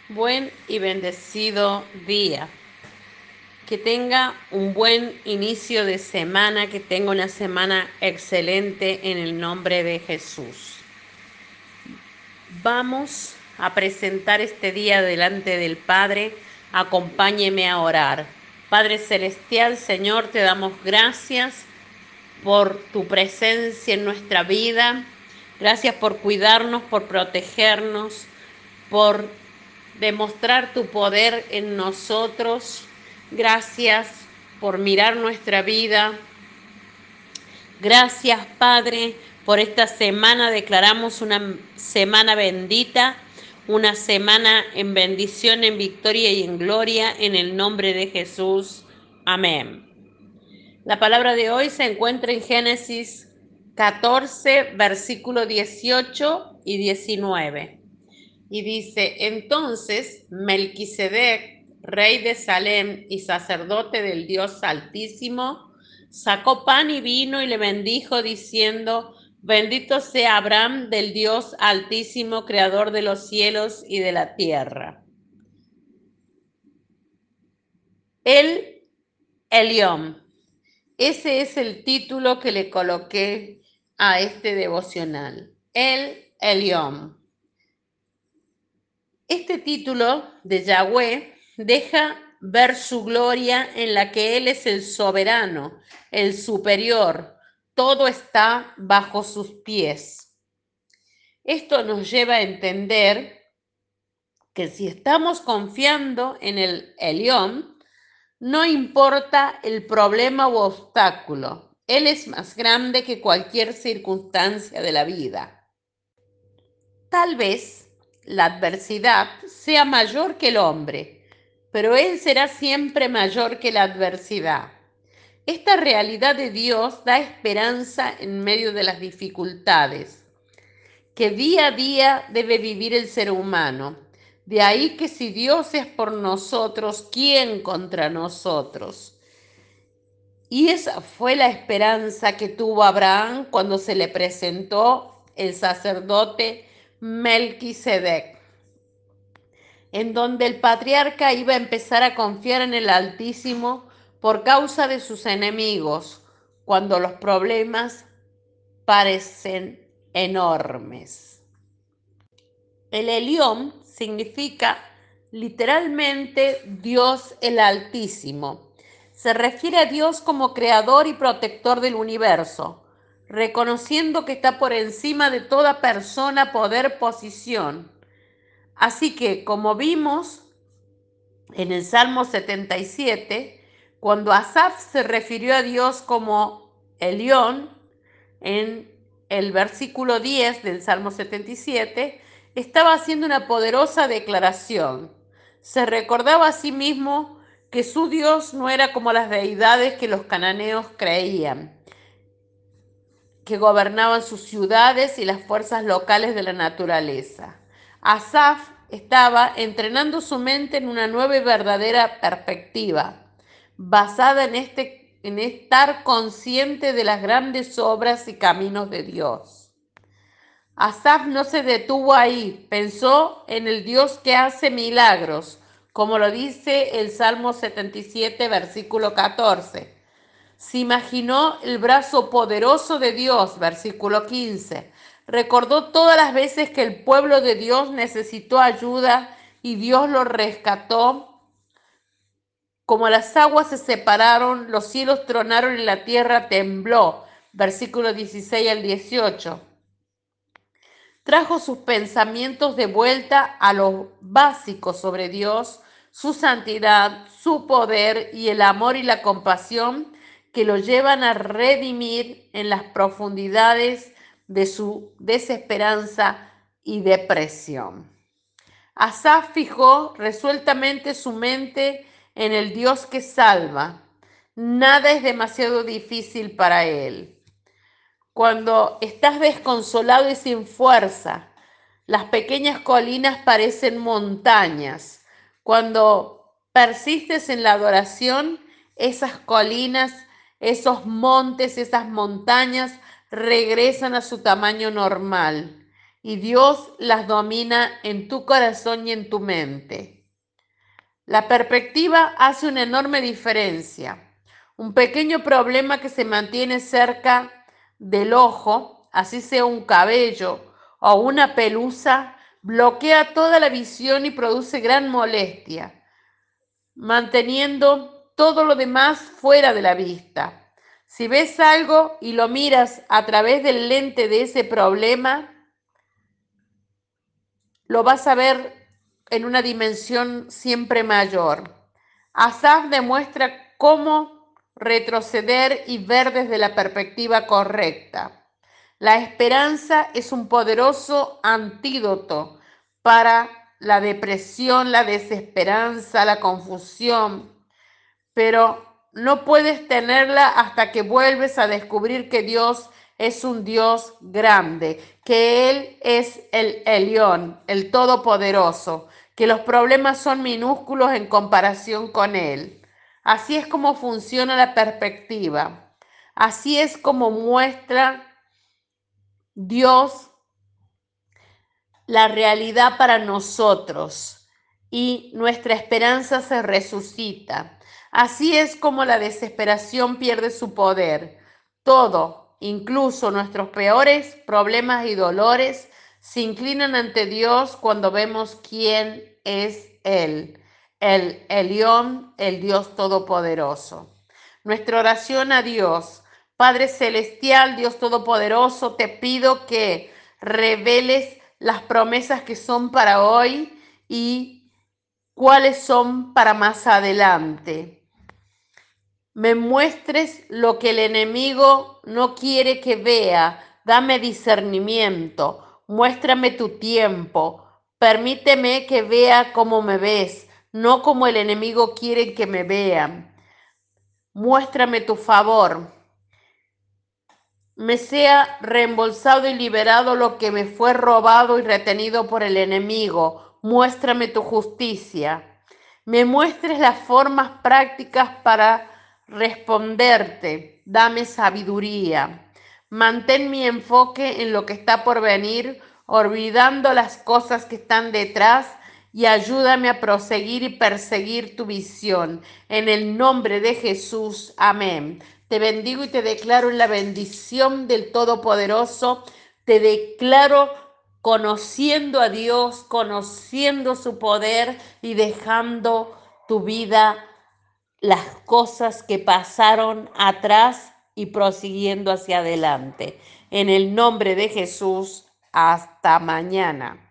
Buen y bendecido día. Que tenga un buen inicio de semana, que tenga una semana excelente en el nombre de Jesús. Vamos a presentar este día delante del Padre. Acompáñeme a orar. Padre Celestial, Señor, te damos gracias por tu presencia en nuestra vida. Gracias por cuidarnos, por protegernos, por demostrar tu poder en nosotros. Gracias por mirar nuestra vida. Gracias, Padre, por esta semana. Declaramos una semana bendita, una semana en bendición, en victoria y en gloria, en el nombre de Jesús. Amén. La palabra de hoy se encuentra en Génesis 14, versículo 18 y 19. Y dice: entonces Melquisedec, rey de Salem y sacerdote del Dios Altísimo, sacó pan y vino y le bendijo diciendo: bendito sea Abraham del Dios Altísimo, creador de los cielos y de la tierra. El Elión. Ese es el título que le coloqué a este devocional. El Elión. Este título de Yahweh deja ver su gloria en la que Él es el soberano, el superior. Todo está bajo sus pies. Esto nos lleva a entender que si estamos confiando en el Elión, no importa el problema u obstáculo. Él es más grande que cualquier circunstancia de la vida. Tal vez la adversidad sea mayor que el hombre, pero Él será siempre mayor que la adversidad. Esta realidad de Dios da esperanza en medio de las dificultades que día a día debe vivir el ser humano. De ahí que si Dios es por nosotros, ¿quién contra nosotros? Y esa fue la esperanza que tuvo Abraham cuando se le presentó el sacerdote Melquisedec, en donde el patriarca iba a empezar a confiar en el Altísimo por causa de sus enemigos, cuando los problemas parecen enormes. El Elión significa literalmente Dios el Altísimo. Se refiere a Dios como creador y protector del universo, reconociendo que está por encima de toda persona, poder, posición. Así que, como vimos en el Salmo 77, cuando Asaf se refirió a Dios como Elión, en el versículo 10 del Salmo 77, estaba haciendo una poderosa declaración. Se recordaba a sí mismo que su Dios no era como las deidades que los cananeos creían, que gobernaban sus ciudades y las fuerzas locales de la naturaleza. Asaf estaba entrenando su mente en una nueva y verdadera perspectiva, basada en estar consciente de las grandes obras y caminos de Dios. Asaf no se detuvo ahí, pensó en el Dios que hace milagros, como lo dice el Salmo 77, versículo 14. Se imaginó el brazo poderoso de Dios, versículo 15. Recordó todas las veces que el pueblo de Dios necesitó ayuda y Dios lo rescató. Como las aguas se separaron, los cielos tronaron y la tierra tembló, versículo 16 al 18. Trajo sus pensamientos de vuelta a lo básico sobre Dios, su santidad, su poder y el amor y la compasión que lo llevan a redimir en las profundidades de su desesperanza y depresión. Asaf fijó resueltamente su mente en el Dios que salva. Nada es demasiado difícil para él. Cuando estás desconsolado y sin fuerza, las pequeñas colinas parecen montañas. Cuando persistes en la adoración, esas colinas, esos montes, esas montañas regresan a su tamaño normal. y Dios las domina en tu corazón y en tu mente. La perspectiva hace una enorme diferencia. Un pequeño problema que se mantiene cerca del ojo, así sea un cabello o una pelusa, bloquea toda la visión y produce gran molestia, manteniendo todo lo demás fuera de la vista. Si ves algo y lo miras a través del lente de ese problema, lo vas a ver en una dimensión siempre mayor. Asaf demuestra cómo retroceder y ver desde la perspectiva correcta. La esperanza es un poderoso antídoto para la depresión, la desesperanza, la confusión, pero no puedes tenerla hasta que vuelves a descubrir que Dios es un Dios grande, que Él es el Elión, el Todopoderoso, que los problemas son minúsculos en comparación con Él. Así es como funciona la perspectiva. Así es como muestra Dios la realidad para nosotros y nuestra esperanza se resucita. Así es como la desesperación pierde su poder. Todo, incluso nuestros peores problemas y dolores, se inclinan ante Dios cuando vemos quién es Él, el Elión, el Dios Todopoderoso. Nuestra oración a Dios, Padre Celestial, Dios Todopoderoso, te pido que reveles las promesas que son para hoy y cuáles son para más adelante. Me muestres lo que el enemigo no quiere que vea. Dame discernimiento. Muéstrame tu tiempo. Permíteme que vea cómo me ves, no como el enemigo quiere que me vean. Muéstrame tu favor. Me sea reembolsado y liberado lo que me fue robado y retenido por el enemigo. Muéstrame tu justicia. Me muestres las formas prácticas para responderte. Dame sabiduría. Mantén mi enfoque en lo que está por venir, olvidando las cosas que están detrás, y ayúdame a proseguir y perseguir tu visión. En el nombre de Jesús, amén. Te bendigo y te declaro en la bendición del Todopoderoso. Te declaro conociendo a Dios, conociendo su poder y dejando tu vida, las cosas que pasaron atrás y prosiguiendo hacia adelante. En el nombre de Jesús, hasta mañana.